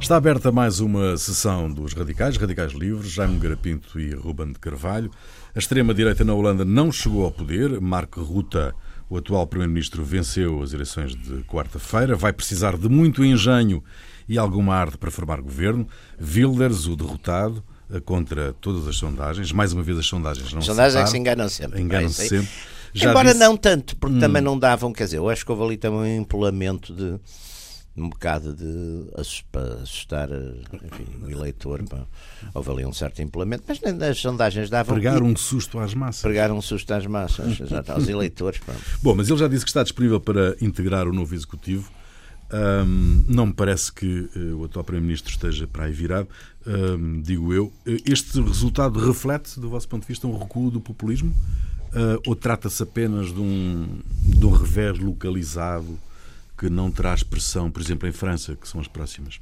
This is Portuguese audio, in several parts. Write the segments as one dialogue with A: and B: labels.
A: Está aberta mais uma sessão dos Radicais Livres, Jaime Nogueira Pinto e Ruben de Carvalho. A extrema-direita na Holanda não chegou ao poder. Mark Rutte, o atual primeiro-ministro, venceu as eleições de quarta-feira. Vai precisar de muito engenho e alguma arte para formar governo. Wilders, o derrotado, contra todas as sondagens. Mais uma vez as sondagens não se separam.
B: As sondagens é que se enganam sempre.
A: Enganam-se sempre.
B: Embora não tanto, porque também não davam, quer dizer, eu acho que houve ali também um empolamento de um bocado de assustar, enfim, o eleitor. Pá. Houve ali um certo empolamento, mas nem das sondagens davam.
A: Pregar um susto às massas.
B: Exato, aos eleitores. Pá.
A: Bom, mas ele já disse que está disponível para integrar o novo Executivo. Não me parece que o atual Primeiro-Ministro esteja para aí virado, digo eu. Este resultado reflete, do vosso ponto de vista, um recuo do populismo? Ou trata-se apenas de um revés localizado que não traz pressão, por exemplo, em França, que são as próximas?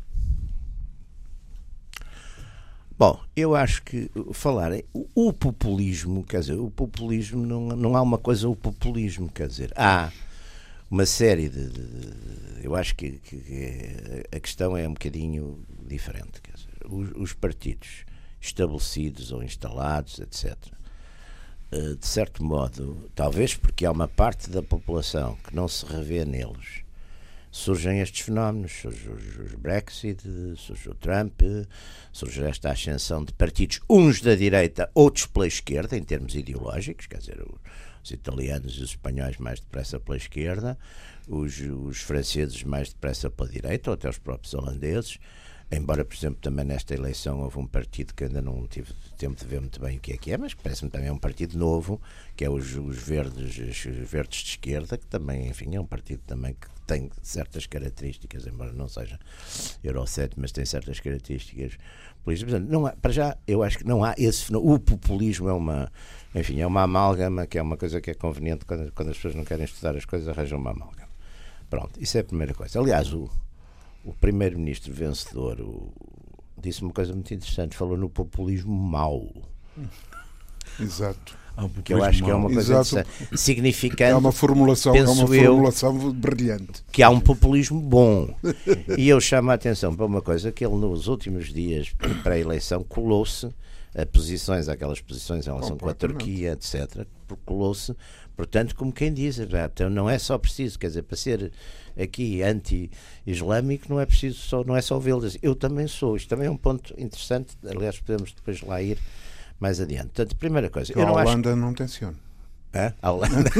B: Bom, eu acho que o populismo, quer dizer, o populismo não há uma coisa, o populismo, quer dizer, há uma série eu acho que a questão é um bocadinho diferente, quer dizer, os partidos estabelecidos ou instalados, etc., de certo modo, talvez porque há uma parte da população que não se revê neles, surgem estes fenómenos, surge os Brexit, surge o Trump, surge esta ascensão de partidos, uns da direita, outros pela esquerda, em termos ideológicos, quer dizer, os italianos e os espanhóis mais depressa pela esquerda, os franceses mais depressa pela direita, ou até os próprios holandeses, embora, por exemplo, também nesta eleição houve um partido que ainda não tive tempo de ver muito bem o que é, mas que parece-me também um partido novo, que é os verdes de esquerda, que também, enfim, é um partido também que tem certas características, embora não seja eurocético, mas tem certas características políticas. Portanto, não há, para já, eu acho que não há esse fenómeno. O populismo é uma amálgama, que é uma coisa que é conveniente quando as pessoas não querem estudar as coisas, arranjam uma amálgama. Pronto, isso é a primeira coisa. Aliás, o primeiro-ministro vencedor disse uma coisa muito interessante, falou no populismo mau.
C: Exato.
B: Que eu acho que é uma coisa interessante, significando,
C: é uma formulação brilhante,
B: que há um populismo bom. E eu chamo a atenção para uma coisa, que ele nos últimos dias para a eleição colou-se a posições, aquelas posições em relação com a Turquia, etc., colou-se, portanto, como quem diz, então não é só preciso, quer dizer, para ser aqui anti-islâmico não é só vê-los. Eu também sou, isto também é um ponto interessante, aliás podemos depois lá ir mais adiante. Portanto, primeira coisa,
C: a Holanda não tenciona.
B: A Holanda.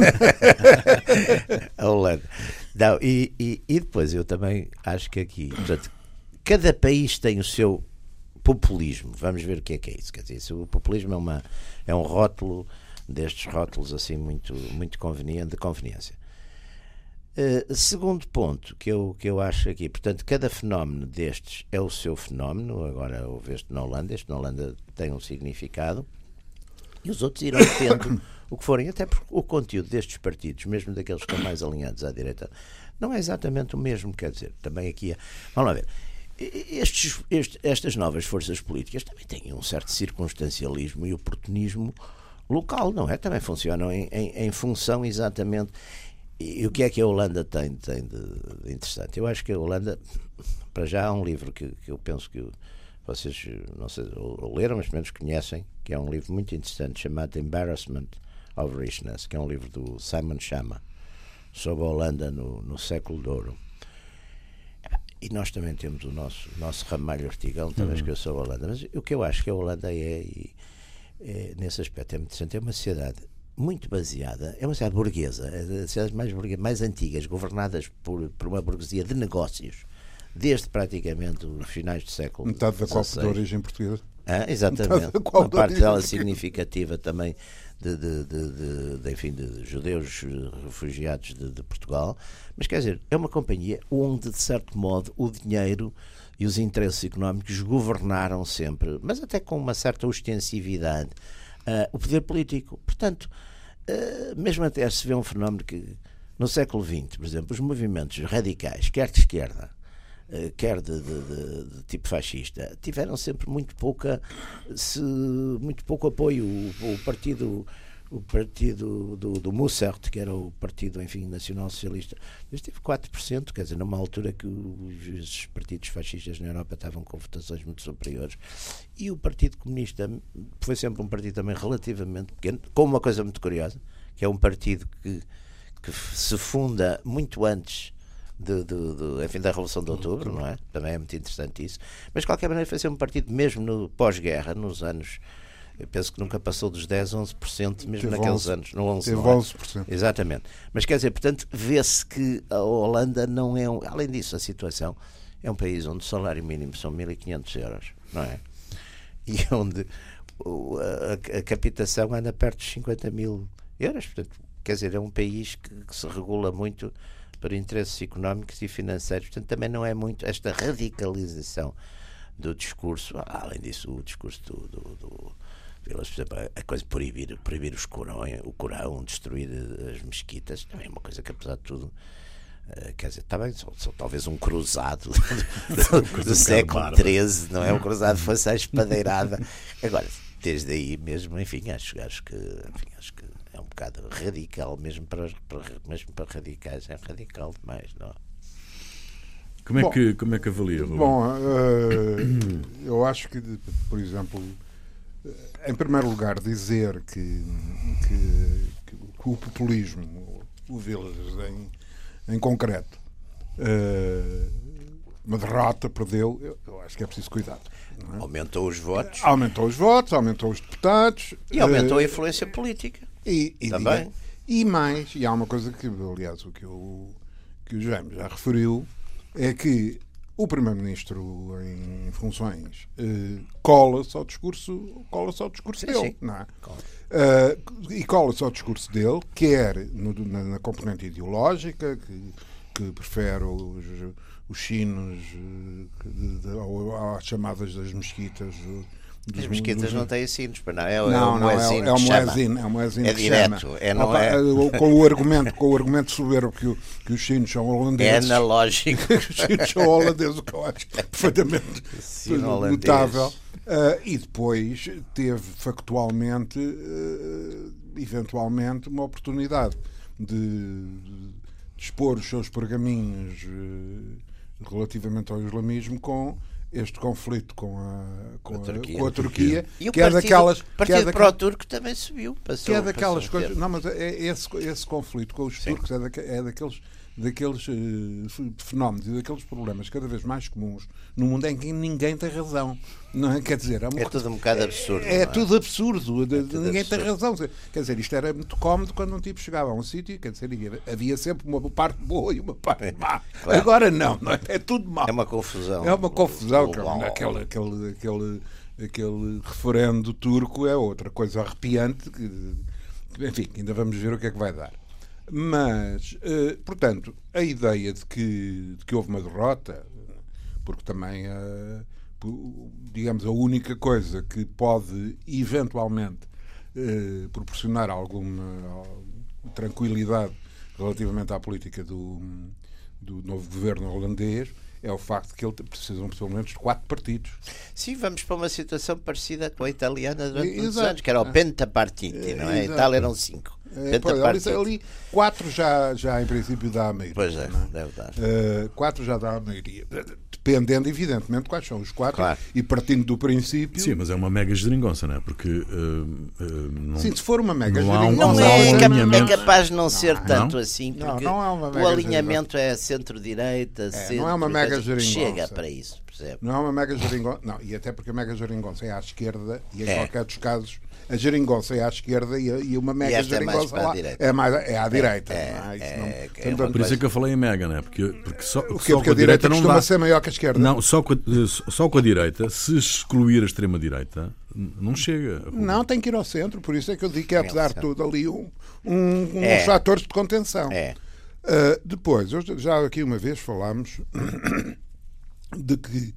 B: A Holanda. Não, e depois eu também acho que aqui, portanto, cada país tem o seu populismo. Vamos ver o que é isso. Quer dizer, o populismo é um rótulo destes rótulos assim muito, muito conveniente, de conveniência. Segundo ponto que eu acho aqui, portanto, cada fenómeno destes é o seu fenómeno. Agora houve este na Holanda tem um significado e os outros irão tendo o que forem, até porque o conteúdo destes partidos, mesmo daqueles que estão mais alinhados à direita, não é exatamente o mesmo, quer dizer, também aqui vamos lá ver, estas novas forças políticas também têm um certo circunstancialismo e oportunismo local, não é? Também funcionam em função exatamente. E o que é que a Holanda tem de interessante? Eu acho que a Holanda, para já, há um livro que eu penso que vocês, não sei, ou leram, mas pelo menos conhecem, que é um livro muito interessante, chamado Embarrassment of Richness, que é um livro do Simon Schama, sobre a Holanda no século de ouro. E nós também temos o nosso ramalho Ortigão, talvez que eu sou a Holanda. Mas o que eu acho que a Holanda nesse aspecto é muito interessante, é uma sociedade muito baseada, é uma sociedade burguesa, é das sociedades mais antigas, governadas por uma burguesia de negócios, desde praticamente os finais do século XVI.
C: Metade da qual de origem portuguesa.
B: Exatamente, uma parte dela significativa também de judeus refugiados de Portugal, mas quer dizer, é uma companhia onde, de certo modo, o dinheiro e os interesses económicos governaram sempre, mas até com uma certa ostensividade, o poder político. Portanto, mesmo até se vê um fenómeno que no século XX, por exemplo, os movimentos radicais, quer de esquerda, quer de tipo fascista, tiveram sempre muito pouco apoio. O partido o partido do Mussert, que era o partido, enfim, nacional-socialista, teve 4%, quer dizer, numa altura que os partidos fascistas na Europa estavam com votações muito superiores. E o Partido Comunista foi sempre um partido também relativamente pequeno, com uma coisa muito curiosa, que é um partido que se funda muito antes enfim, da Revolução de Outubro, não é? Também é muito interessante isso. Mas, de qualquer maneira, foi sempre um partido, mesmo no pós-guerra, nos anos... Eu penso que nunca passou dos 10, 11%, mesmo naqueles anos. No 11,
C: teve 11%.
B: Exatamente. Mas quer dizer, portanto, vê-se que a Holanda não é além disso, a situação é um país onde o salário mínimo são 1.500 euros, não é? E onde a captação anda perto dos 50 mil euros. Portanto, quer dizer, é um país que se regula muito por interesses económicos e financeiros. Portanto, também não é muito esta radicalização do discurso. Além disso, o discurso do por exemplo, a coisa de proibir o Corão, destruir as mesquitas, também é uma coisa que, apesar de tudo, quer dizer, está bem, são talvez um cruzado do século XIII, não é? Um cruzado fosse a espadeirada. Agora, desde aí mesmo, enfim, acho que é um bocado radical, mesmo para radicais, é radical demais, não é?
A: Como é que avalia, Rubem?
C: Bom, eu acho que, por exemplo, em primeiro lugar, dizer que o populismo, o Wilders em concreto, uma derrota, perdeu, eu acho que é preciso cuidado. Não é?
B: Aumentou os votos.
C: Aumentou os deputados.
B: E aumentou a influência política.
C: E
B: também.
C: E há uma coisa que, aliás, que o Jaime já referiu, é que o Primeiro-Ministro em funções cola-se ao discurso dele, sim. Não é? E cola-se ao discurso dele, quer na componente ideológica, que prefere os sinos às chamadas das mesquitas.
B: As mesquitas não têm sinos, não.
C: É um muezzin
B: é
C: que
B: direto,
C: chama. Com o argumento soberbo que os sinos são holandeses.
B: É analógico.
C: Os sinos são holandeses, o que eu acho perfeitamente notável. E depois teve factualmente, eventualmente, uma oportunidade de expor os seus pergaminhos relativamente ao islamismo com este conflito com a Turquia.
B: E o partido pró-turco também subiu.
C: Que é daquelas coisas. Não, mas esse conflito com os turcos é daqueles fenómenos e daqueles problemas cada vez mais comuns no mundo em que ninguém tem razão. Não é? Quer dizer,
B: é tudo um bocado absurdo.
C: Tudo absurdo. Ninguém tem razão. Quer dizer, isto era muito cómodo quando um tipo chegava a um sítio, quer dizer, havia sempre uma parte boa e uma parte má. Claro. Agora não é tudo mau.
B: É uma confusão.
C: É uma confusão. Aquele referendo turco é outra coisa arrepiante que, enfim, ainda vamos ver o que é que vai dar. Mas, portanto, a ideia de que houve uma derrota, porque também, digamos, a única coisa que pode eventualmente proporcionar alguma tranquilidade relativamente à política do novo governo holandês é o facto de que ele precisam pelo menos de 4 partidos.
B: Sim, vamos para uma situação parecida com a italiana durante muitos anos, que era o pentapartite, não é? A Itália eram 5.
C: Ali 4 já em princípio dá a maioria.
B: Pois é, deve dar.
C: 4 já dá a maioria. Dependendo, evidentemente, quais são os 4, claro. E partindo do princípio...
A: Sim, mas é uma mega geringonça, não é? Porque...
C: Sim, se for uma mega
B: geringonça... É capaz de não ser tanto assim, porque
C: não é uma mega
B: o alinhamento é centro-direita,
C: não é uma mega geringonça.
B: Chega para isso, percebe?
C: Não é uma mega geringonça... Não, e até porque a mega geringonça é à esquerda e em qualquer dos casos a geringonça é à esquerda e uma mega geringonça lá é à direita.
A: Por isso é que eu falei em mega, não é? Porque só
C: a direita não costuma ser maior que a esquerda.
A: Não, só com a direita, se excluir a extrema-direita, não chega.
C: Não, tem que ir ao centro, por isso é que eu digo que é, apesar de tudo, ali uns fatores de contenção. Depois, já aqui uma vez falámos do que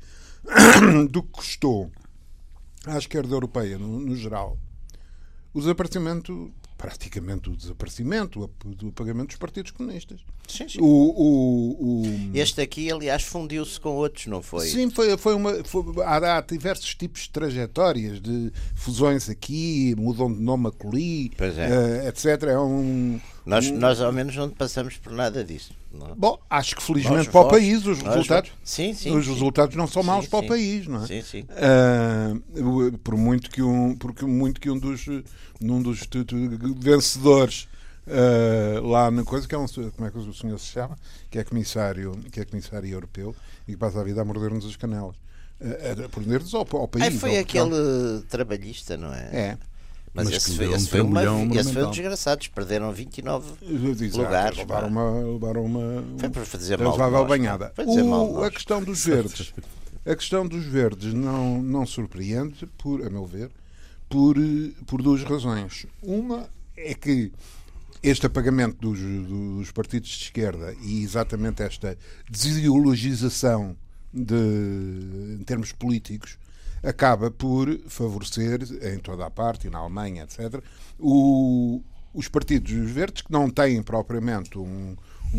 C: custou à esquerda europeia, no geral, o desaparecimento praticamente o desaparecimento, o apagamento dos partidos comunistas.
B: Sim, sim.
C: O...
B: Este aqui, aliás, fundiu-se com outros, não foi?
C: Sim, há diversos tipos de trajetórias, de fusões aqui, mudam de nome acolhi, etc.
B: Nós, ao menos, não passamos por nada disso. Não?
C: Bom, acho que felizmente para o país os resultados, resultados não são maus para o país, não é?
B: Sim, sim.
C: Por muito que um dos vencedores lá na coisa, que é como é que o senhor se chama, que é comissário europeu e que passa a vida a morder-nos as canelas, a morder-nos ao país.
B: Foi aquele trabalhista, não é?
C: É.
B: Mas esse foi um desgraçado. Perderam 29 lugares.
C: Levaram uma
B: foi para fazer mal.
C: Banhada. A questão dos verdes. A questão dos verdes não surpreende, a meu ver, por duas razões. Uma é que este apagamento dos partidos de esquerda e exatamente esta desideologização em termos políticos acaba por favorecer, em toda a parte, e na Alemanha, etc., os partidos verdes, que não têm propriamente um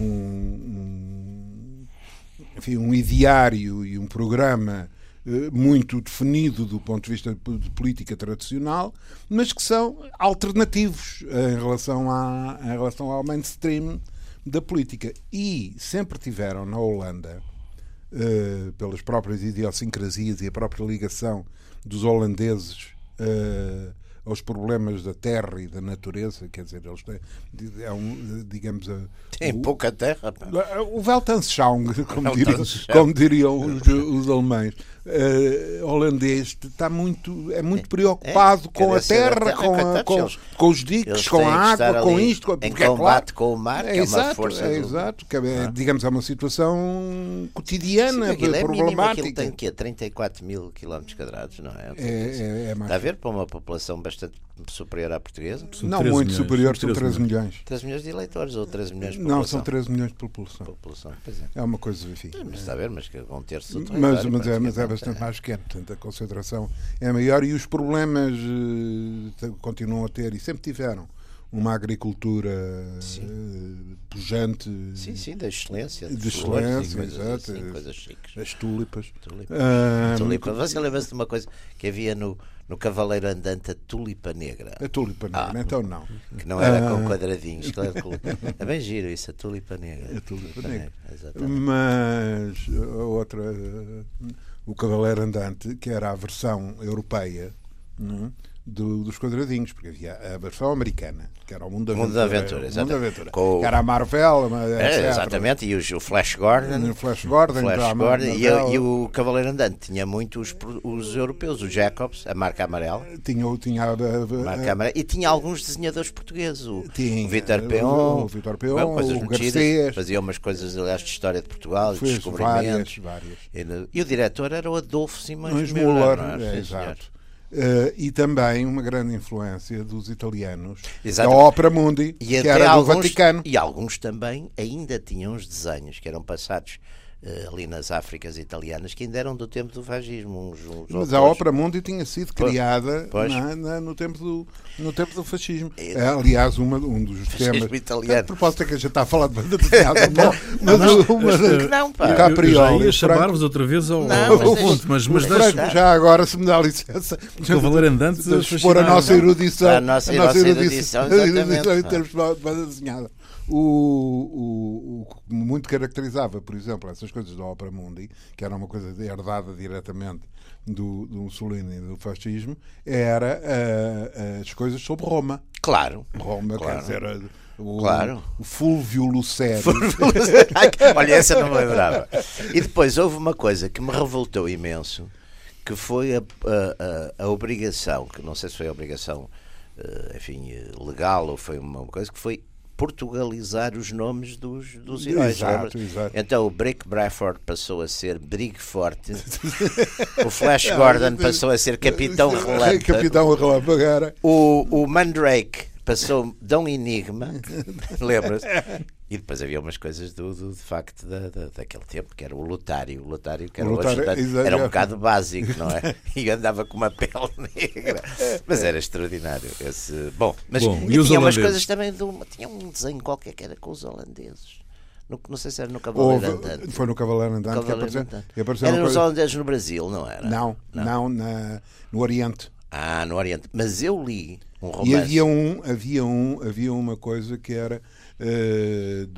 C: ideário e um programa muito definido do ponto de vista de política tradicional, mas que são alternativos em relação ao mainstream da política. E sempre tiveram na Holanda, pelas próprias idiosincrasias e a própria ligação dos holandeses aos problemas da terra e da natureza, quer dizer, eles têm, digamos...
B: Tem pouca terra.
C: O Weltanschauung, como diriam os alemães. Holandês é muito preocupado com a terra, com os diques, com a água, com isto.
B: Em combate com o mar, que é uma força...
C: Exato, digamos, é uma situação cotidiana, problemática.
B: Aquilo tem que 34 mil km², não é?
C: É mais.
B: Está a ver, para uma população bastante superior à portuguesa?
C: Não muito superior, são 13 milhões.
B: 13 milhões de eleitores ou 13 milhões de
C: população?
B: população?
C: Não, são 13 milhões de população.
B: Pois é.
C: É uma coisa, enfim.
B: Mas está a ver, mas que vão ter-se o
C: território. Mas é bastante mais pequeno, portanto a concentração é maior e os problemas continuam a ter, e sempre tiveram, uma agricultura pujante.
B: Sim, da excelência.
C: De excelência,
B: exato. Coisas chiques.
C: As tulipas.
B: Você lembra-se de uma coisa que havia no Cavaleiro Andante, a tulipa negra?
C: A tulipa negra, então não.
B: Que não era com quadradinhos. É bem giro isso, a tulipa negra.
C: A tulipa negra.
B: Exatamente.
C: Mas a outra, o Cavaleiro Andante, que era a versão europeia dos quadradinhos, porque havia a versão americana, que era o Mundo da Aventura, que era a Marvel,
B: exatamente, e o Flash Gordon, e o Cavaleiro Andante tinha muito os europeus, o Jacobs, a marca amarela, e tinha alguns desenhadores portugueses, o Vítor Peon,
C: o Garcês,
B: fazia umas coisas, aliás, de história de Portugal, de descobrimentos,
C: várias.
B: E o diretor era o Adolfo Simões
C: Müller, exato. E também uma grande influência dos italianos, da Opera Mundi, que era do Vaticano.
B: E alguns também ainda tinham os desenhos que eram passados ali nas Áfricas italianas, que ainda eram do tempo do fascismo.
C: Mas a Opera Mundi tinha sido criada no tempo do fascismo. Aliás, um dos temas...
B: italiano.
C: A propósito é que a gente está a falar de banda desenhada,
B: não,
A: eu ia chamar-vos outra vez ao ponto, mas deixa...
C: Já agora, se me dá licença,
A: o Cavaleiro Andante,
C: expor a nossa erudição.
B: A nossa erudição, exatamente.
C: Em termos de banda desenhada. O que muito caracterizava, por exemplo, essas coisas da Opera Mundi, que era uma coisa herdada diretamente do Mussolini e do fascismo, era as coisas sobre Roma.
B: Claro.
C: Roma, quer dizer, o Fulvio Lucério.
B: Olha, essa não me lembrava. E depois houve uma coisa que me revoltou imenso, que foi a obrigação, que não sei se foi a obrigação, legal ou foi uma coisa, que foi portugalizar os nomes dos heróis.
C: Exato.
B: Então o Brick Bradford passou a ser Brig Forte, o Flash Gordon passou a ser Capitão Relâmpago, o Mandrake passou Dom Enigma, lembra-se? E depois havia umas coisas de facto daquele tempo, que era o lotário. O lotário que era, era um bocado básico, não é? E andava com uma pele negra. Mas era extraordinário. Mas tinha umas coisas também. Tinha um desenho qualquer que era com os holandeses. Não sei se era no Cavaleiro Andante.
C: Foi no Cavaleiro Andante que apareceu.
B: Era nos holandeses no Brasil, não era?
C: Não, no Oriente.
B: No Oriente. Mas eu li um romance.
C: E havia uma coisa que era de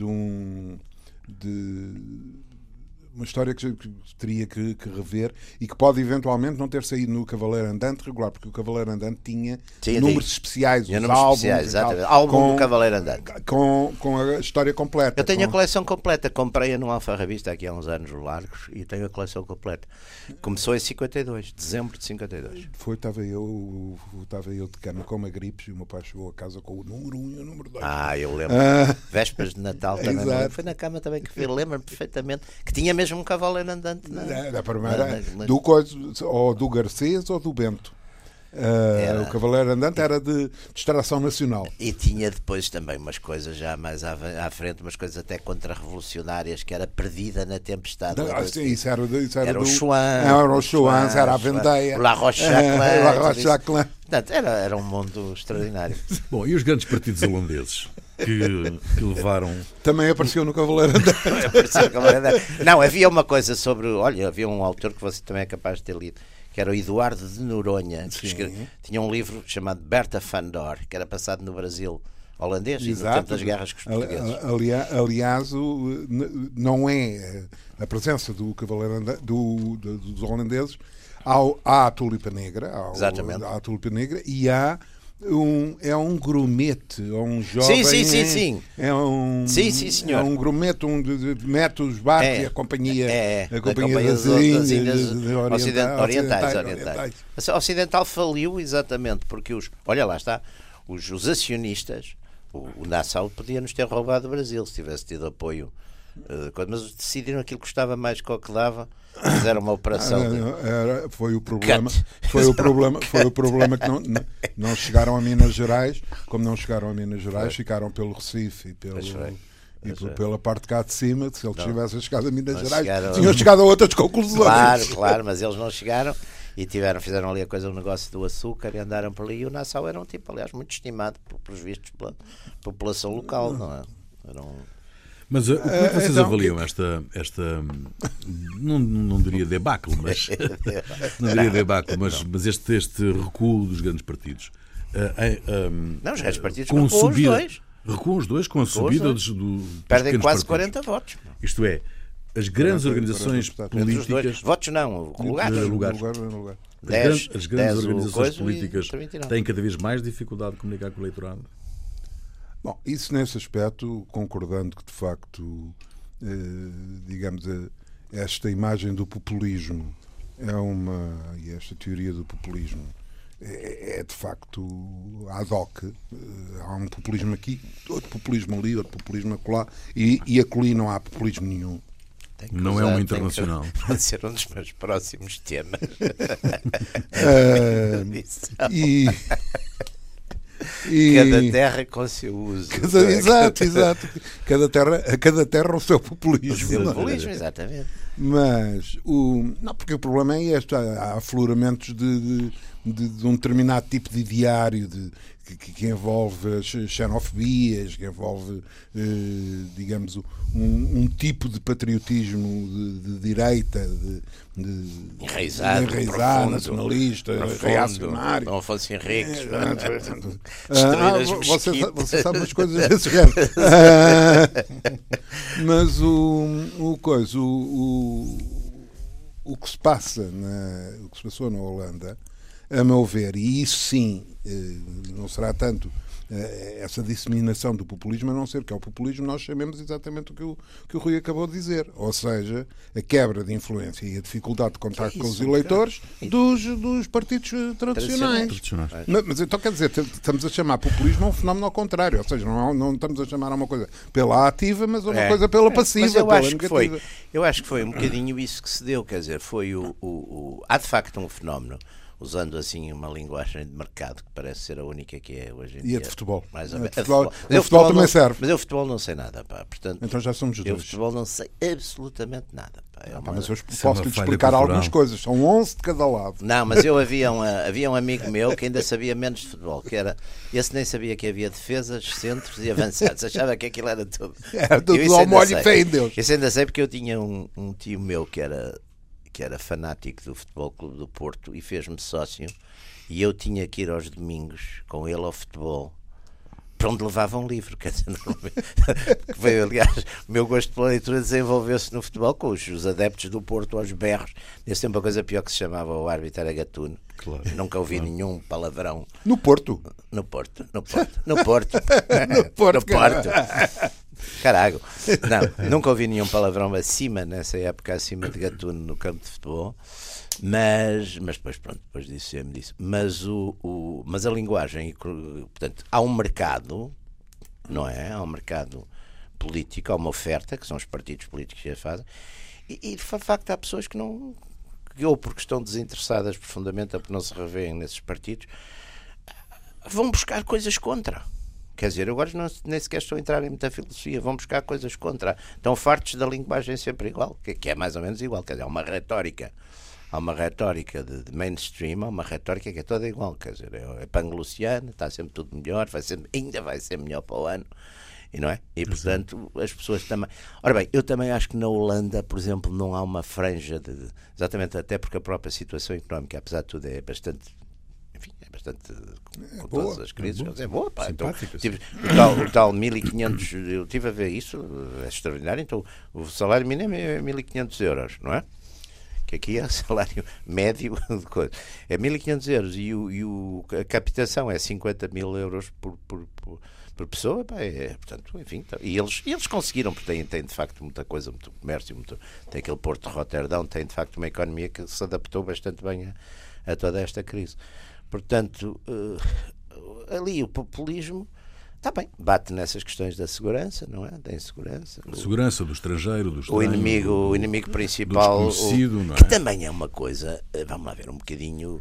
C: uma história que teria que rever e que pode eventualmente não ter saído no Cavaleiro Andante regular, porque o Cavaleiro Andante tinha números especiais, os álbuns,
B: exatamente. Álbum do Cavaleiro Andante
C: com a história completa.
B: Eu tenho a coleção completa, comprei-a num alfarrabista aqui há uns anos largos e tenho a coleção completa. Começou em 52, dezembro de 52.
C: Estava eu de cama com uma gripe e o meu pai chegou a casa com o número 1 e o número 2.
B: Eu lembro. Vésperas de Natal também. Foi na cama também que vi, lembro-me perfeitamente que tinha mesmo um Cavaleiro Andante.
C: Da primeira, do Garcês ou do Bento. O Cavaleiro Andante era de distração nacional.
B: E tinha depois também umas coisas já mais à frente, umas coisas até contra-revolucionárias, que era Perdida na Tempestade.
C: Isso era
B: o Chouan.
C: Era o Chouan, era a Vendeia.
B: O La Roche-Chaclin.
C: Chaclin.
B: Portanto, era um mundo extraordinário.
A: Bom, e os grandes partidos holandeses que levaram...
C: Também apareceu no Cavaleiro Andante.
B: Não, havia uma coisa sobre... Olha, havia um autor que você também é capaz de ter lido, que era o Eduardo de Noronha, que tinha um livro chamado Berta van Dor, que era passado no Brasil holandês. Exato. E no tempo das guerras com os portugueses.
C: Aliás, não é a presença do Cavaleiro dos holandeses. Há a Tulipa Negra, há a Tulipa Negra e há um grumete, um jovem.
B: Sim.
C: Sim, senhor. É um grumete, de mete os barcos e a companhia
B: das Ilhas Orientais. A Ocidental faliu exatamente porque olha lá está, os acionistas, o Nassau podia nos ter roubado o Brasil se tivesse tido apoio, mas decidiram aquilo que custava mais que o que dava. Fizeram uma operação.
C: Foi o problema que não chegaram a Minas Gerais. Como não chegaram a Minas Gerais, ficaram pelo Recife e pela parte de cá de cima. Se eles tivessem chegado a Minas Gerais, tinham chegado a outras conclusões.
B: Claro, mas eles não chegaram e fizeram ali o negócio do açúcar e andaram por ali. E o Nassau era um tipo, aliás, muito estimado pelos vistos pela população local, não é?
A: Mas como é que vocês avaliam esta não diria debacle, mas mas este recuo dos grandes partidos?
B: Os grandes partidos
A: recuam os dois com a subida dos
B: perdem quase
A: partidos.
B: 40 votos.
A: Isto é, as grandes organizações políticas...
B: Votos não, lugares.
A: As grandes organizações políticas têm cada vez mais dificuldade de comunicar com o eleitorado?
C: Bom, isso nesse aspecto, concordando que de facto, digamos, esta imagem do populismo e esta teoria do populismo é de facto ad hoc. Há um populismo aqui, outro populismo ali, outro populismo acolá, e acolhi não há populismo nenhum.
A: Não é uma internacional.
B: Pode ser um dos meus próximos temas. Cada terra com seu uso.
C: Exato. Cada terra o seu populismo.
B: Exatamente.
C: Mas porque o problema é este: há afloramentos de um determinado tipo de ideário que envolve xenofobias, que envolve, digamos, um tipo de patriotismo de direita,
B: enraizado,
C: nacionalista, reacionário.
B: Não fosse Henriques.
C: Você sabe umas coisas desse género. Mas o que se passa, o que se passou na Holanda, a meu ver, e isso sim, não será tanto essa disseminação do populismo, a não ser que ao populismo nós chamemos exatamente o que o Rui acabou de dizer, ou seja, a quebra de influência e a dificuldade de contacto com os eleitores dos partidos tradicionais. Mas então quer dizer, estamos a chamar populismo a um fenómeno ao contrário, ou seja, não estamos a chamar a uma coisa pela ativa, mas a uma coisa pela passiva, pela negativa.
B: Eu acho que foi um bocadinho isso que se deu, quer dizer, há de facto um fenómeno usando assim uma linguagem de mercado que parece ser a única que é hoje em dia.
C: E a de futebol.
B: Mais ou
C: A de
B: menos.
C: futebol,
B: Eu
C: o futebol também
B: não,
C: serve.
B: Mas eu futebol não sei nada, pá. Portanto,
C: Então já somos
B: eu
C: dois.
B: futebol não sei absolutamente nada, pá.
C: Mas eu
A: Isso é
C: posso-lhe
A: uma falha
C: explicar
A: cultural.
C: algumas coisas. São 11 de cada lado.
B: Não, mas havia um amigo meu que ainda sabia menos de futebol, que era, esse nem sabia que havia defesas, centros e avançados, achava que aquilo era tudo.
C: Era tudo
B: Eu isso
C: ao
B: ainda
C: molho
B: sei.
C: e fé em Deus.
B: Isso ainda sei porque eu tinha um tio meu que era fanático do Futebol Clube do Porto e fez-me sócio, e eu tinha que ir aos domingos com ele ao futebol, para onde levava um livro, quer dizer, que veio, aliás, o meu gosto pela leitura desenvolveu-se no futebol com os adeptos do Porto aos berros. Nesse tempo a coisa pior que se chamava o árbitro era Gatuno.
A: Claro.
B: Nunca ouvi nenhum palavrão
C: No Porto.
B: no Porto.
C: No Porto.
B: Caralho. Não, nunca ouvi nenhum palavrão nessa época, acima de Gatuno no campo de futebol. Mas depois, pronto, depois disso me disse. Mas a linguagem, portanto, há um mercado, não é? Há um mercado político, há uma oferta, que são os partidos políticos que a fazem, e de facto há pessoas que não, que ou porque estão desinteressadas profundamente ou porque não se revêem nesses partidos, vão buscar coisas contra. Quer dizer, agora nem sequer estou a entrar em muita filosofia, vão buscar coisas contra. Estão fartos da linguagem sempre igual, que é mais ou menos igual. Quer dizer, há uma retórica de mainstream, há uma retórica que é toda igual. Quer dizer, é pan-luciana, está sempre tudo melhor, ainda vai ser melhor para o ano. E não é? E portanto as pessoas também. Ora bem, eu também acho que na Holanda, por exemplo, não há uma franja exatamente até porque a própria situação económica, apesar de tudo, é bastante. Enfim, é bastante, com
C: boa,
B: todas as crises, é boa, pá. Então,
A: Simpática,
B: o tal 1500, eu estive a ver isso, é extraordinário. Então, o salário mínimo é 1500 euros, não é? Que aqui é o salário médio de coisa. É 1500 euros e a captação é 50 mil euros por pessoa, pá, portanto, enfim, e eles conseguiram, porque têm de facto muita coisa, muito comércio, tem aquele Porto de Roterdão, tem de facto uma economia que se adaptou bastante bem a toda esta crise. Portanto, ali o populismo está bem, bate nessas questões da segurança, não é? Da insegurança.
A: A segurança do estrangeiro, do estranho,
B: O inimigo principal,
A: do desconhecido, não é?
B: que também é uma coisa, vamos lá ver, um bocadinho,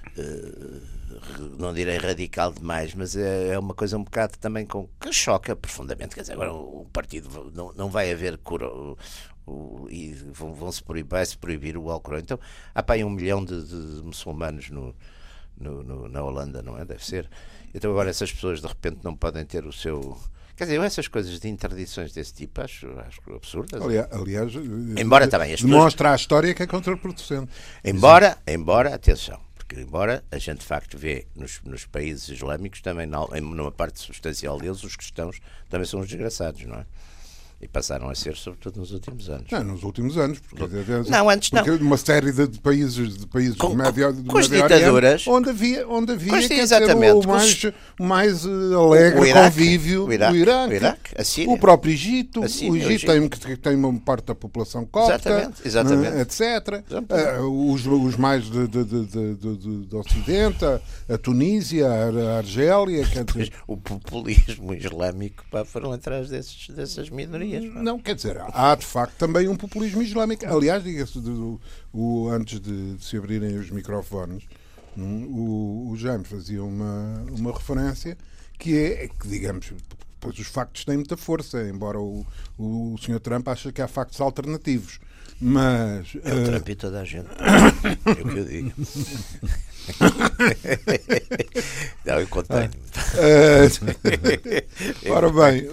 B: não direi radical demais, mas é uma coisa um bocado também que choca profundamente. Quer dizer, agora o partido não vai haver cura. E vai-se proibir o Alcorão. Então há para aí 1 milhão de muçulmanos na Holanda, não é? Deve ser. Então agora essas pessoas de repente não podem ter o seu. Quer dizer, essas coisas de interdições desse tipo acho absurdas.
C: Aliás,
B: Embora também
C: demonstra a história que é contraproducente.
B: Embora, atenção, porque embora a gente de facto vê nos países islâmicos também, numa parte substancial deles, os cristãos também são os desgraçados, não é? E passaram a ser, sobretudo, nos últimos anos.
C: Não, nos últimos anos. Porque
B: antes não.
C: Uma série de países do Médio
B: ditaduras,
C: onde havia
B: exatamente,
C: o mais alegre convívio.
B: O Iraque, a Síria.
C: O próprio Egito.
B: O
C: Egito tem uma parte da população copta,
B: exatamente.
C: etc. Os mais do Ocidente, a Tunísia, a Argélia.
B: O populismo islâmico, foram atrás dessas minorias.
C: Não, quer dizer, há de facto também um populismo islâmico. Aliás, diga-se, antes de se abrirem os microfones, o Jaime fazia uma referência que digamos, pois os factos têm muita força, embora o Sr. Trump ache que há factos alternativos. Mas.
B: É o Trump e toda a gente. É o que eu digo. Não, eu contei.
C: Ora bem,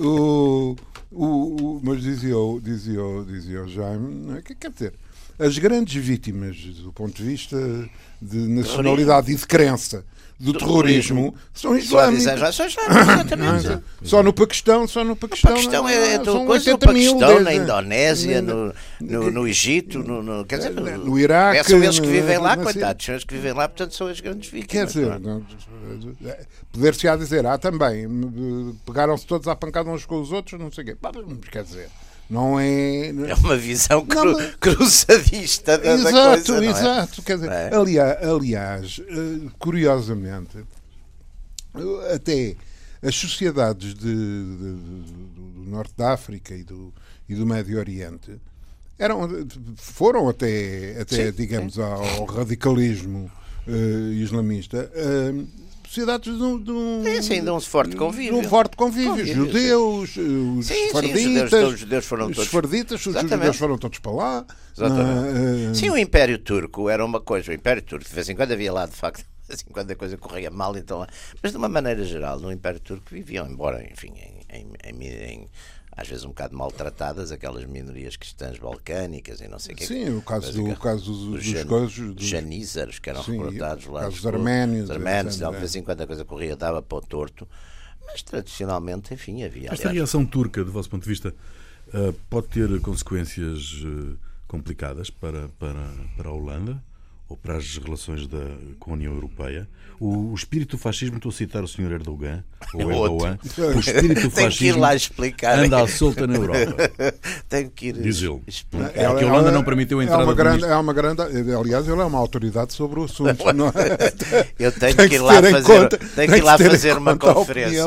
C: mas dizia o Jaime, quer dizer, as grandes vítimas do ponto de vista de nacionalidade e de crença do terrorismo são islâmicos.
B: Exatamente.
C: Só no Paquistão.
B: No Paquistão na Indonésia, no Egito, quer dizer,
C: no Iraque.
B: São eles que vivem lá, coitados. São eles que vivem lá, portanto são as grandes vítimas.
C: Quer dizer, poder-se-á dizer, também, pegaram-se todos à pancada uns com os outros, não sei o quê. Quer dizer, não é.
B: É uma visão cruzadista da coisa. Não
C: exato. Quer dizer, aliás, curiosamente, até as sociedades do Norte da África e do Médio Oriente foram até digamos, ao radicalismo islamista, sociedades de
B: um forte convívio.
C: De um forte convívio. Judeus, os sefarditas.
B: Os judeus foram todos.
C: Os sefarditas, os judeus foram todos para lá.
B: Sim, o Império Turco era uma coisa. O Império Turco, de vez em quando havia lá, de facto, de vez em quando a coisa corria mal, então, mas de uma maneira geral, no Império Turco viviam, embora, enfim, às vezes um bocado maltratadas, aquelas minorias cristãs balcânicas e não sei o que.
C: Sim, o caso dos
B: janízaros que eram recrutados lá.
C: Os arménios.
B: De vez em quando a coisa corria, dava para o torto. Mas tradicionalmente, enfim, havia.
A: Esta reação turca, do vosso ponto de vista, pode ter consequências complicadas para a Holanda ou para as relações com a União Europeia? O espírito do fascismo, estou a citar o Sr. Erdogan, ou Erdogan, o espírito do fascismo
B: que ir lá explicar.
A: Anda à solta na Europa.
B: Tenho que ir
A: diz ele.
B: explicar.
A: Que a Holanda não permitiu a entrada
C: aliás, ele é uma autoridade sobre o assunto. Não é?
B: Eu tenho que ir lá fazer uma conferência.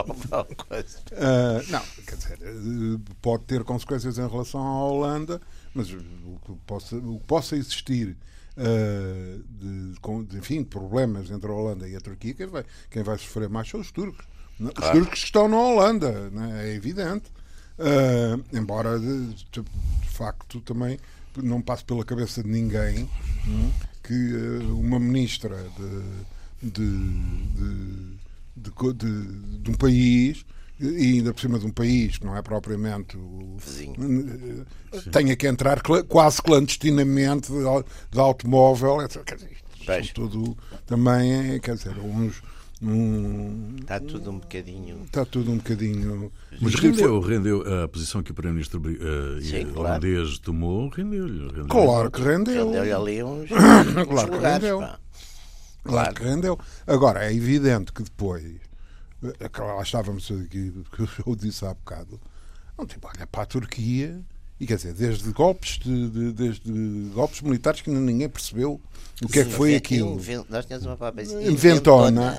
C: Não, quer dizer, pode ter consequências em relação à Holanda, mas o que possa existir de problemas entre a Holanda e a Turquia, quem vai sofrer mais são os turcos. Claro. Os turcos que estão na Holanda, né? É evidente. Embora de facto também não passe pela cabeça de ninguém que uma ministra de um país, e ainda por cima de um país que não é propriamente o
B: vizinho,
C: tenha que entrar quase clandestinamente de automóvel, quer dizer, tudo também, quer dizer,
B: está tudo um bocadinho.
A: Mas rendeu a posição que o Primeiro-Ministro holandês tomou, rendeu-lhe.
C: Claro que rendeu.
B: Rendeu-lhe ali uns
C: claro que rendeu. Claro que rendeu. Agora, é evidente que depois, lá estávamos aqui, que eu disse há bocado, olha para a Turquia, e quer dizer, desde golpes militares que ninguém percebeu o que é que foi aquilo.
B: Nós tínhamos uma palavra assim,
C: inventona.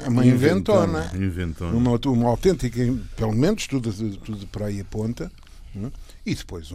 C: Uma autêntica, pelo menos tudo para aí aponta. E depois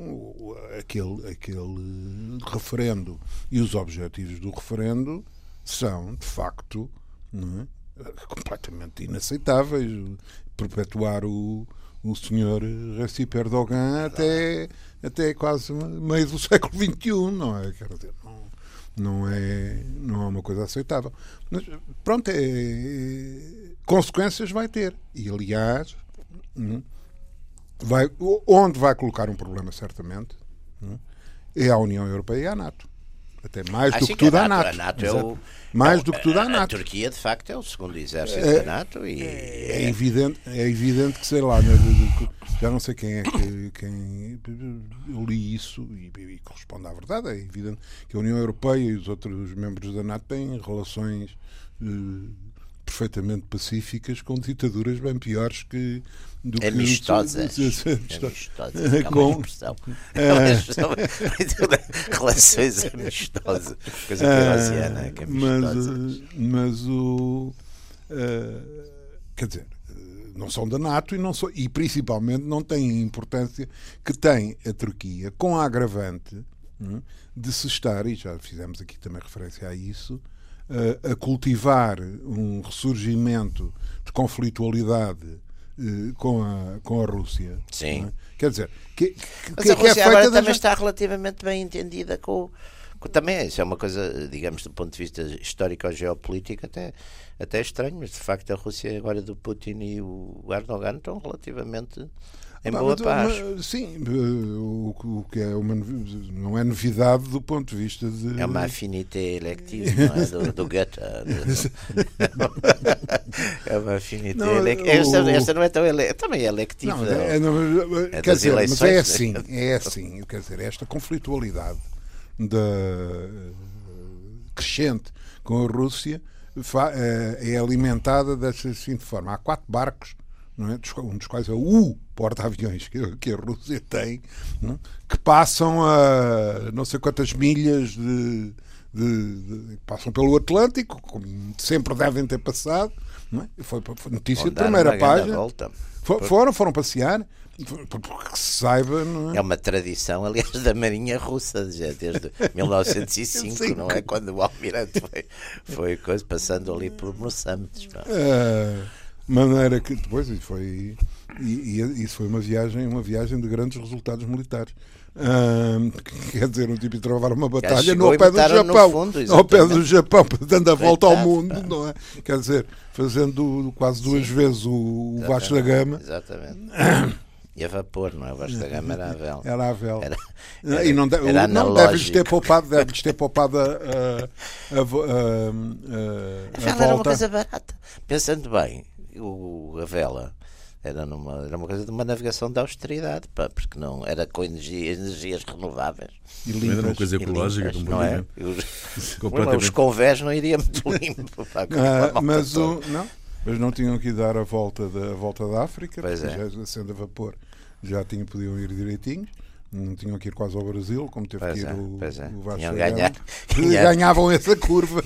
C: aquele referendo e os objetivos do referendo são, de facto, completamente inaceitáveis. Perpetuar o senhor Recep Erdogan até quase meio do século XXI, não é? Quer dizer, não é uma coisa aceitável. Mas pronto, consequências vai ter. E aliás, onde vai colocar um problema certamente é a União Europeia e a NATO. Até mais do que tudo a NATO. Mais do que tudo a NATO.
B: A Turquia, de facto, é o segundo exército da NATO. E
C: é evidente que, sei lá, já não sei quem é quem eu li isso e corresponde à verdade. É evidente que a União Europeia e os outros membros da NATO têm relações perfeitamente pacíficas com ditaduras bem piores do que
B: amistosas. Relações amistosas. Coisa pirosiana, que
C: quer dizer, não são da NATO e principalmente não têm a importância que tem a Turquia, com a agravante de se estar, e já fizemos aqui também referência a isso, a cultivar um ressurgimento de conflitualidade com a Rússia.
B: Sim.
C: Quer dizer,
B: mas a Rússia agora também está relativamente bem entendida também isso é uma coisa, digamos, do ponto de vista histórico ou geopolítico até estranho, mas de facto a Rússia agora do Putin e o Erdogan estão relativamente em boa paz.
C: Sim, o que não é novidade do ponto de vista de...
B: É uma afinité elective, não é? do Goethe. É uma afinité elective. Esta não é tão também é electiva.
C: Quer dizer, mas é assim. Quer dizer, esta conflitualidade crescente com a Rússia é alimentada dessa seguinte forma. Há 4 barcos, não é? Um dos quais é o porta-aviões que a Rússia tem, não? Que passam a não sei quantas milhas passam pelo Atlântico, como sempre devem ter passado, não é? Foi notícia de
B: Vão dar
C: primeira
B: uma grande
C: página.
B: volta.
C: Foram passear, porque se saiba, não é?
B: É uma tradição, aliás, da Marinha Russa, já desde 1905,
C: Sim.
B: não é? Quando o almirante foi coisa, passando ali por Moçambiques.
C: Maneira que depois isso foi uma viagem de grandes resultados militares. Quer dizer, um tipo de travar uma batalha no ao pé do Japão, ao pé do Japão, dando a volta ao mundo, não é? Quer dizer, fazendo quase duas vezes o Vasco da Gama.
B: Exatamente. E a vapor, não é? O Vasco da Gama era a vela.
C: Era a vela.
B: E não
C: deves ter poupado a
B: A vela era uma coisa barata. Pensando bem, a vela era uma coisa de uma navegação de austeridade, porque não era com energias renováveis.
C: E
A: Também era uma coisa
B: E
A: ecológica,
B: limpas,
A: como
B: não é? Os convés não iria muito limpo.
C: Mas não tinham que ir dar a volta da África,
B: Pois
C: porque
B: é.
C: já sendo a vapor podiam ir direitinhos. Não tinham que ir quase ao Brasil, como teve que ir o Vasco
B: Tinham
C: da Gama.
B: ganhar.
C: Ganhavam essa curva.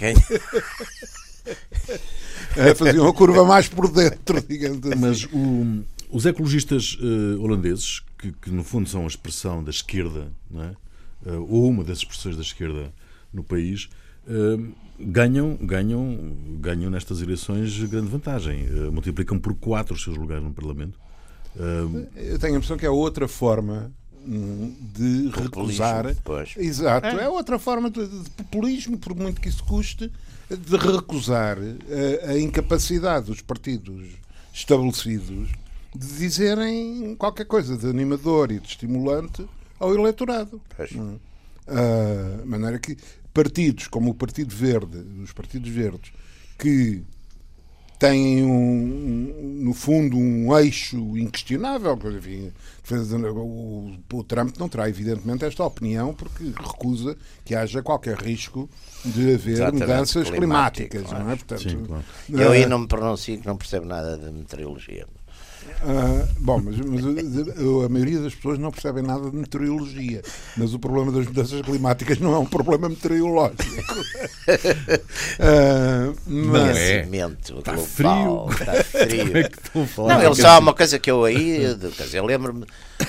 C: Faziam a curva mais por dentro, digamos assim.
A: Mas os ecologistas holandeses, que no fundo são a expressão da esquerda, não é? Ou uma das expressões da esquerda no país, ganham nestas eleições grande vantagem. Multiplicam por 4 os seus lugares no Parlamento.
C: Eu tenho a impressão que é outra forma de recusar.
B: Pois.
C: Exato, é outra forma de populismo, por muito que isso custe, de recusar a incapacidade dos partidos estabelecidos de dizerem qualquer coisa de animador e de estimulante ao eleitorado. De maneira que partidos como o Partido Verde, os partidos verdes, que têm no fundo um eixo inquestionável, enfim, o Trump não terá evidentemente esta opinião porque recusa que haja qualquer risco de haver mudanças climáticas, não é? Portanto,
A: Sim, claro.
B: Eu aí não me pronuncio, que não percebo nada de meteorologia.
C: Bom, mas a maioria das pessoas não percebem nada de meteorologia, mas o problema das mudanças climáticas não é um problema meteorológico.
B: Mas
A: Está frio.
B: Está frio.
A: Como é que estão a falar?
B: Não, ele só há uma coisa que eu aí, eu lembro-me,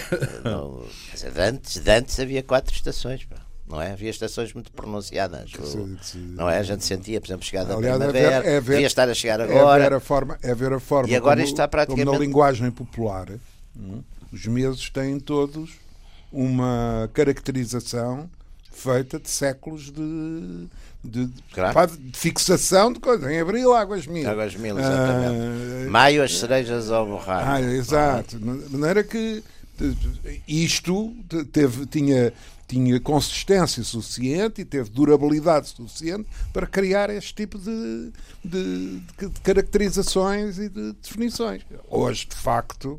B: de antes havia 4 estações, pá. Não é? Havia estações muito pronunciadas. Não é? A gente sentia, por exemplo, chegada a primavera, devia estar a chegar agora.
C: É ver a forma
B: E agora
C: como,
B: isto está praticamente...
C: como na linguagem popular, os meses têm todos uma caracterização feita de séculos de fixação de coisas. Em abril, águas mil.
B: Águas mil, exatamente. Maio, as cerejas ao borrar.
C: Exato. De maneira que isto tinha consistência suficiente e teve durabilidade suficiente para criar este tipo de caracterizações e de definições. Hoje, de facto,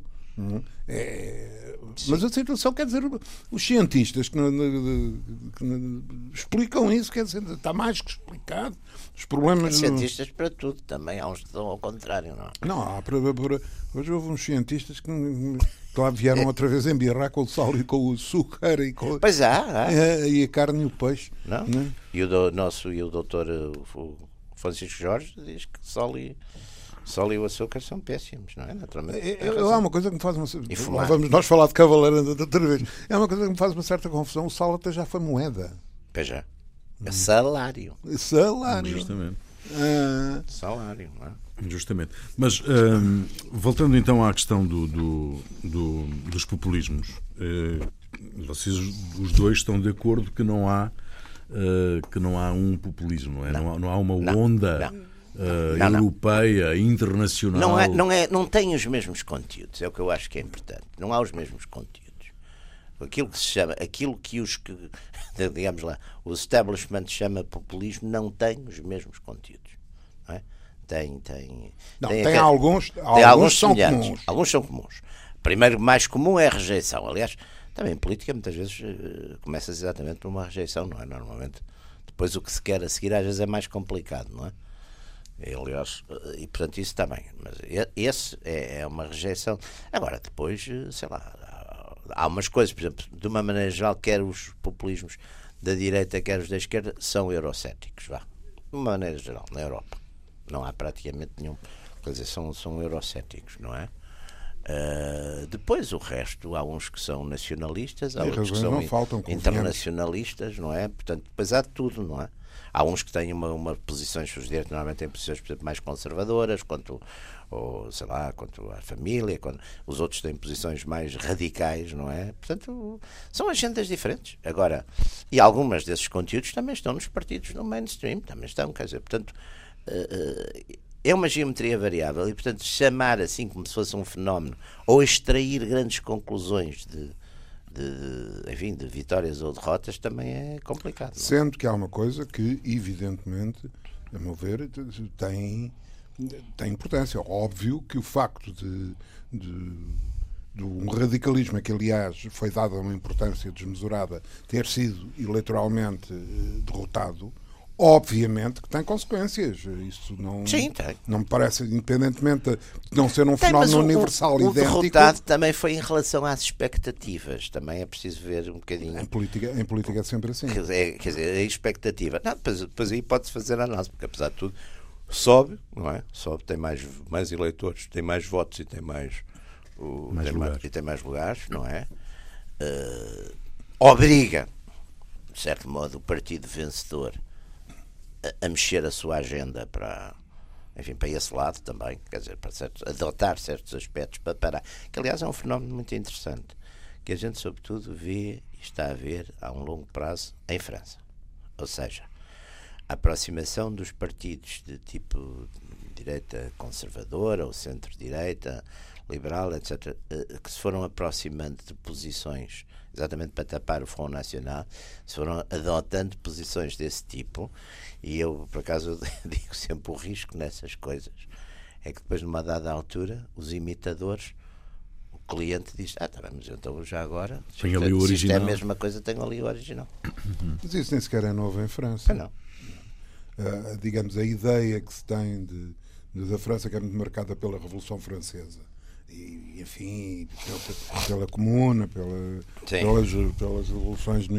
C: mas a situação, quer dizer, os cientistas que explicam isso, quer dizer, está mais que explicado. Os problemas.
B: Há cientistas para tudo também, há uns que estão ao contrário, não?
C: Não, hoje houve uns cientistas que lá vieram outra vez embirrar com o sal e com o açúcar e com
B: Pois
C: e a carne e o peixe.
B: Não?
C: Né?
B: E o doutor Francisco Jorge diz que sal e o açúcar são péssimos, não é? Naturalmente.
C: Há uma coisa que me faz
B: vamos
C: nós falar de cavaleira outra vez. É uma coisa que me faz uma certa confusão. O sal até já foi moeda.
B: Pois já. É salário.
A: Justamente.
B: Salário, não é?
A: Justamente. Mas, voltando então à questão dos populismos, vocês os dois estão de acordo que não há um populismo, não é? Não há uma onda europeia, internacional.
B: Não tem os mesmos conteúdos, é o que eu acho que é importante. Não há os mesmos conteúdos. Aquilo que se chama, digamos lá, o establishment chama populismo, não tem os mesmos conteúdos. Não é? Alguns são comuns. Alguns são comuns. Primeiro, mais comum é a rejeição. Aliás, também em política muitas vezes começa exatamente por uma rejeição, não é? Normalmente, depois o que se quer a seguir às vezes é mais complicado, não é? Aliás, e portanto isso também. Mas esse é uma rejeição. Agora, depois, sei lá, há umas coisas, por exemplo, de uma maneira geral, quer os populismos da direita, quer os da esquerda, são eurocéticos, vá. De uma maneira geral, na Europa. Não há praticamente nenhum. Quer dizer, são eurocéticos, não é? Depois o resto, há uns que são nacionalistas, há outros que são internacionalistas, não é? Portanto, depois há de tudo, não é? Há uns que têm uma posições, os direitos normalmente têm posições, por exemplo, mais conservadoras, quanto à família, os outros têm posições mais radicais, não é? Portanto, são agendas diferentes. Agora, e algumas desses conteúdos também estão nos partidos no mainstream, também estão, quer dizer, portanto, é uma geometria variável e, portanto, chamar assim como se fosse um fenómeno ou extrair grandes conclusões de vitórias ou derrotas também é complicado. Não?
C: Sendo que há uma coisa que, evidentemente, a meu ver, tem importância. Óbvio que o facto de um radicalismo que, aliás, foi dado uma importância desmesurada, ter sido eleitoralmente derrotado, obviamente que tem consequências. Isso não,
B: sim, tem.
C: Não me parece, independentemente de não ser um fenómeno universal idêntico.
B: O derrotado também foi em relação às expectativas. Também é preciso ver um bocadinho.
C: Em política é sempre assim.
B: Quer dizer, a expectativa. Não, depois aí pode-se fazer a análise, porque apesar de tudo, sobe, não é? Sobe, tem mais eleitores, tem mais votos e tem mais lugares, não é? Obriga, de certo modo, o partido vencedor a mexer a sua agenda para esse lado também, quer dizer, para adotar certos aspectos para parar. Que, aliás, é um fenómeno muito interessante, que a gente, sobretudo, vê e está a ver a um longo prazo em França. Ou seja, a aproximação dos partidos de tipo direita conservadora ou centro-direita, liberal, etc., que se foram aproximando de posições exatamente para tapar o Front National, se foram adotando posições desse tipo. E eu, por acaso, digo sempre o risco nessas coisas é que depois, numa dada altura, os imitadores, o cliente diz: tá bem, mas então já agora,
A: tem ali o original.
B: Se isto é a mesma coisa, tenho ali o original.
C: Mas isso nem sequer é novo em França.
B: Não.
C: Digamos, a ideia que se tem da França, que é muito marcada pela Revolução Francesa, e enfim, pela Comuna, pelas revoluções de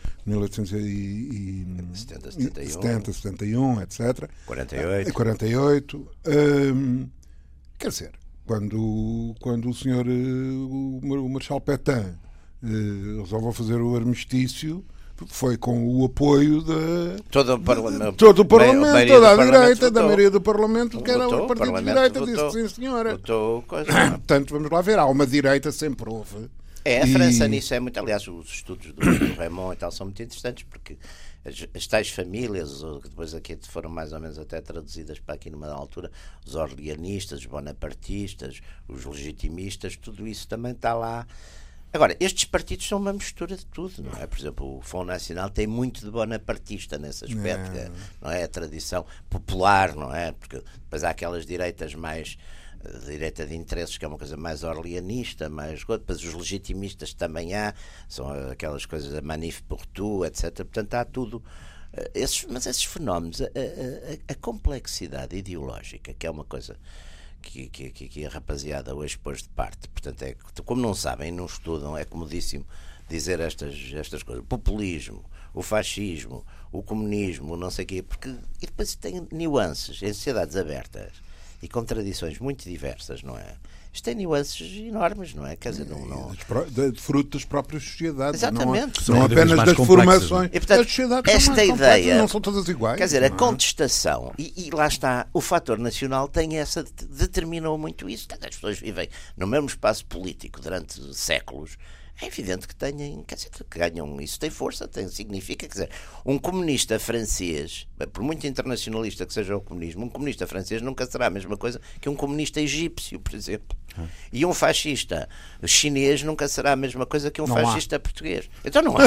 C: 1870, 71, etc. 48. Quer dizer, quando o senhor, o Marechal Pétain, resolveu fazer o armistício, foi com o apoio de
B: todo o Parlamento,
C: toda a direita, da maioria do Parlamento, que era o partido de direita, disse sim, senhora. Portanto, vamos lá ver, há uma direita, sempre houve.
B: A França nisso é muito, aliás, os estudos do Raymond e tal são muito interessantes, porque as tais famílias, que depois aqui foram mais ou menos até traduzidas para aqui numa altura, os orleanistas, os bonapartistas, os legitimistas, tudo isso também está lá. Agora, estes partidos são uma mistura de tudo, não é? Por exemplo, o Front National tem muito de bonapartista nesse aspecto, não é? A tradição popular, não é? Porque depois há aquelas direitas mais, direita de interesses, que é uma coisa mais orleanista, depois os legitimistas também são aquelas coisas da Manif pour tout, etc. Portanto, há tudo. Mas esses fenómenos, a complexidade ideológica, que é uma coisa que a rapaziada hoje pôs de parte, portanto, como não sabem, não estudam, é comodíssimo dizer estas coisas: o populismo, o fascismo, o comunismo, não sei o quê, e depois tem nuances em sociedades abertas e com tradições muito diversas, não é? Isto tem nuances enormes, não é? Quer dizer,
C: fruto das próprias sociedades.
B: Exatamente.
C: Não apenas das formações.
B: E, portanto,
C: as sociedades
B: esta ideia,
C: não são todas iguais.
B: Quer dizer, a contestação, e lá está, o fator nacional determinou muito isso. As pessoas vivem no mesmo espaço político durante séculos. É evidente que ganham, isso tem força, significa, quer dizer, um comunista francês, por muito internacionalista que seja o comunismo, um comunista francês nunca será a mesma coisa que um comunista egípcio, por exemplo. E um fascista chinês nunca será a mesma coisa que um fascista português. Então não há.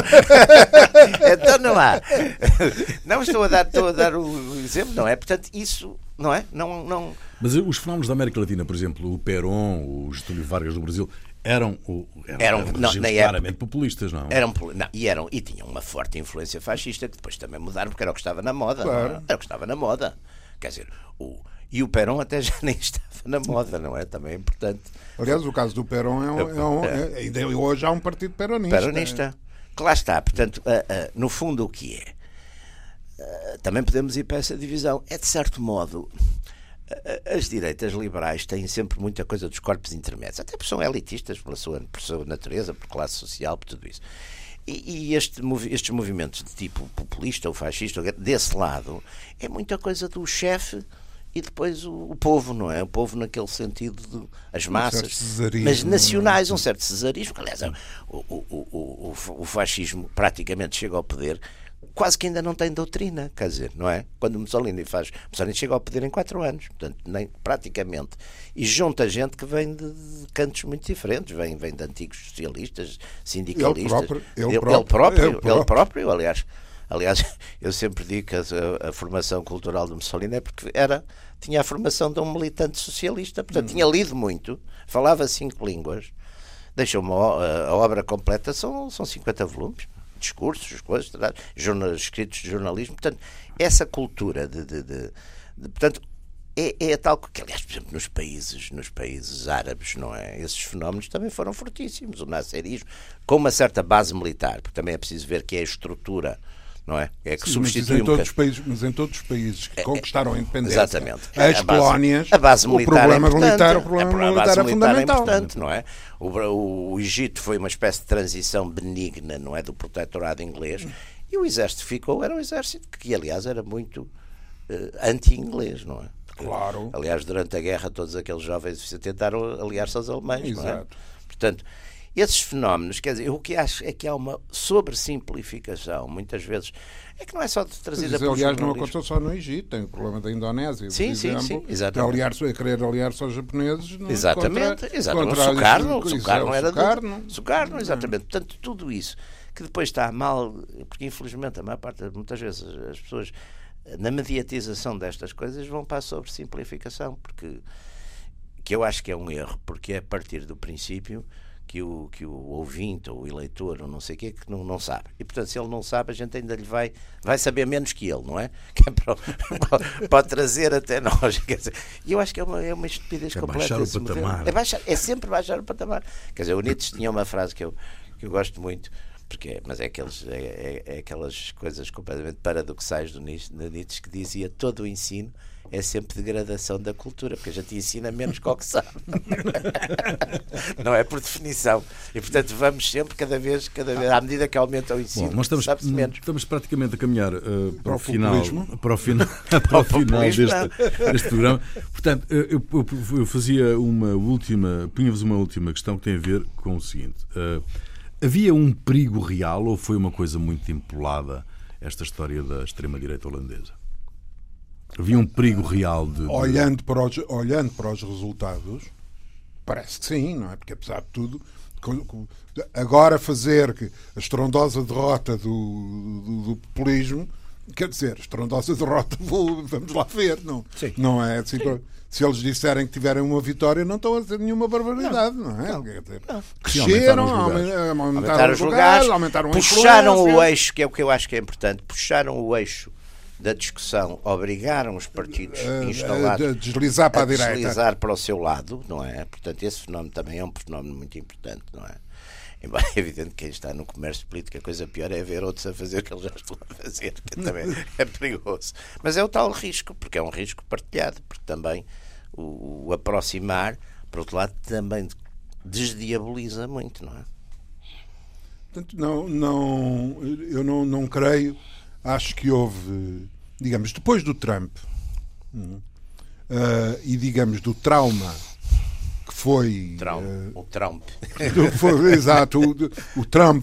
B: Não, estou a dar o exemplo, não é? Portanto, isso, não é? Não.
A: Mas os fenómenos da América Latina, por exemplo, o Perón, o Getúlio Vargas do Brasil, eram claramente populistas, não?
B: E tinham uma forte influência fascista, que depois também mudaram, porque era o que estava na moda.
C: Claro.
B: Era o que estava na moda. Quer dizer, e o Perón até já nem estava na moda, não é? Também é importante.
C: Aliás, o caso do Perón ainda hoje há um partido peronista.
B: porque lá está, portanto, no fundo o que é? Também podemos ir para essa divisão. É de certo modo, as direitas liberais têm sempre muita coisa dos corpos intermédios, até porque são elitistas por sua natureza, por classe social, por tudo isso. E estes movimentos de tipo populista ou fascista, desse lado, é muita coisa do chefe e depois o povo, não é? O povo naquele sentido de as massas, mas nacionais, um certo cesarismo. Aliás, o fascismo praticamente chega ao poder, quase que ainda não tem doutrina, quer dizer, não é? Quando Mussolini chega ao poder em 4 anos, portanto, praticamente, e junta gente que vem de cantos muito diferentes, vem de antigos socialistas, sindicalistas, ele próprio, aliás, eu sempre digo que a formação cultural do Mussolini é porque tinha a formação de um militante socialista, portanto, tinha lido muito, falava 5 línguas, deixou-me a obra completa, são 50 volumes, discursos, coisas, escritos de jornalismo, portanto, essa cultura portanto, é tal que, aliás, por exemplo, nos países árabes, não é? Esses fenómenos também foram fortíssimos, o nasserismo, com uma certa base militar, porque também é preciso ver que é a estrutura, não é? É que substitui
C: mas em todos os países que conquistaram a independência,
B: exatamente,
C: as colónias,
B: a base militar
C: o problema militar é fundamental.
B: É importante, não é? O Egito foi uma espécie de transição benigna, não é, do protetorado inglês, e o exército era um exército que, aliás, era muito anti-inglês, não é? Porque,
C: claro.
B: Aliás, durante a guerra, todos aqueles jovens tentaram aliar-se aos alemães,
C: exato,
B: não é? Portanto, esses fenómenos, quer dizer, o que acho é que há uma sobressimplificação, muitas vezes, é que não é só de trazida por
C: aliás, não aconteceu só no Egito, tem o problema da Indonésia,
B: sim,
C: por exemplo,
B: sim, exatamente.
C: Querer aliar-se aos japoneses,
B: exatamente. Sukarno, exatamente. Portanto, tudo isso que depois está mal, porque infelizmente muitas vezes as pessoas, na mediatização destas coisas, vão para a sobressimplificação, que eu acho que é um erro, porque é a partir do princípio que o ouvinte ou o eleitor ou não sei o quê, que não sabe. E, portanto, se ele não sabe, a gente ainda lhe vai saber menos que ele, não é? Que é pode trazer até nós. Quer dizer, e eu acho que é uma estupidez completa.
A: Baixar o patamar.
B: É sempre baixar o patamar. Quer dizer, o Nietzsche tinha uma frase que eu gosto muito, mas é aquelas coisas completamente paradoxais do Nietzsche, que dizia: todo o ensino é sempre degradação da cultura, porque a gente ensina menos que o que sabe. Não é por definição. E, portanto, vamos sempre, cada vez, à medida que aumenta o ensino, sabe-se menos.
A: Estamos praticamente a caminhar para o final deste programa. Portanto, eu fazia punha-vos uma última questão que tem a ver com o seguinte. Havia um perigo real ou foi uma coisa muito empolada esta história da extrema-direita holandesa? Havia um perigo real de...
C: Olhando para os resultados, parece que sim, não é? Porque, apesar de tudo, agora fazer a estrondosa derrota do populismo, quer dizer, estrondosa derrota, vamos lá ver, não? Sim. Não é assim... Se eles disserem que tiverem uma vitória, não estão a dizer nenhuma barbaridade, não é? Quer dizer, cresceram, aumentaram os lugares, aumentaram a influência.
B: Puxaram o eixo, que é o que eu acho que é importante, puxaram o eixo da discussão, obrigaram os partidos instalados
C: a deslizar para a direita,
B: deslizar para o seu lado, não é? Portanto, esse fenómeno também é um fenómeno muito importante, não é? Embora é evidente que quem está no comércio político, a coisa pior é ver outros a fazer o que eles já estão a fazer, que também é perigoso. Mas é o tal risco, porque é um risco partilhado, porque também o aproximar, por outro lado, também desdiaboliza muito, não é?
C: Portanto, eu não creio. Acho que houve, digamos, depois do Trump e, digamos, do trauma que foi...
B: o Trump.
C: Exato, o Trump.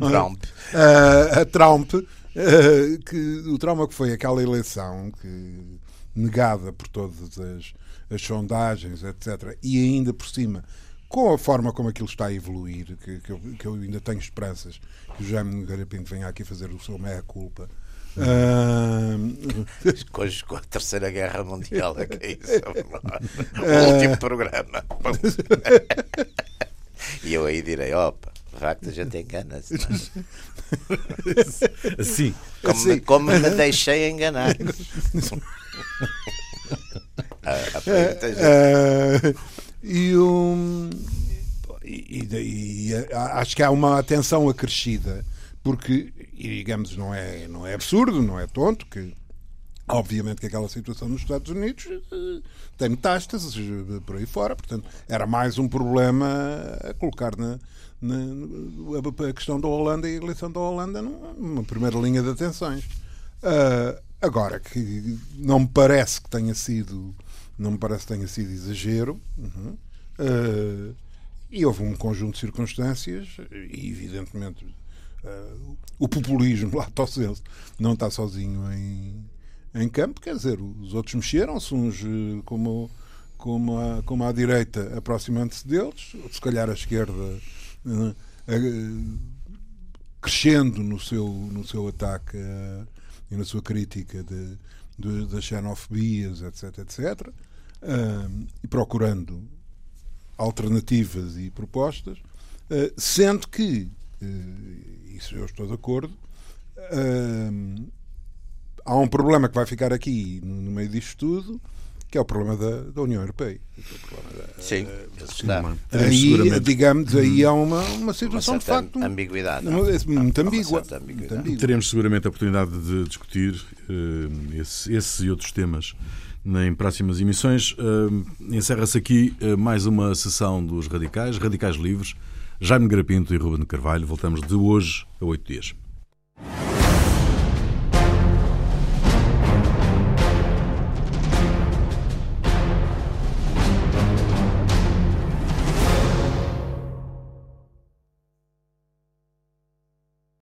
C: O trauma que foi aquela eleição negada por todas as sondagens, etc. E ainda por cima, com a forma como aquilo está a evoluir, que eu ainda tenho esperanças que o Jaime Nogueira Pinto venha aqui fazer o seu meia-culpa.
B: Com a Terceira Guerra Mundial, é que é isso? O último programa. E eu aí direi: opa, de facto a gente engana-se.
A: Assim.
B: Como me deixei enganar.
C: E acho que há uma atenção acrescida porque, e digamos, não é absurdo, não é tonto, que obviamente que aquela situação nos Estados Unidos tem metástases por aí fora, portanto, era mais um problema a colocar a questão da Holanda e a eleição da Holanda numa primeira linha de atenções. Agora, que não me parece que tenha sido exagero, e houve um conjunto de circunstâncias, e evidentemente o populismo, lato sensu, não está sozinho em campo, quer dizer, os outros mexeram-se, uns como a direita aproximando-se deles, se calhar a esquerda crescendo no seu ataque e na sua crítica das xenofobias, etc., e procurando alternativas e propostas, sendo que, isso eu estou de acordo, há um problema que vai ficar aqui no meio disto tudo, que é o problema da União Europeia.
B: Sim,
C: aí, digamos, aí há uma situação de facto
B: ambiguidade,
C: muito ambígua.
A: Teremos seguramente a oportunidade de discutir esse e outros temas em próximas emissões. Encerra-se aqui mais uma sessão dos Radicais Livres. Jaime Garapinto e Ruben de Carvalho. Voltamos de hoje a 8 dias.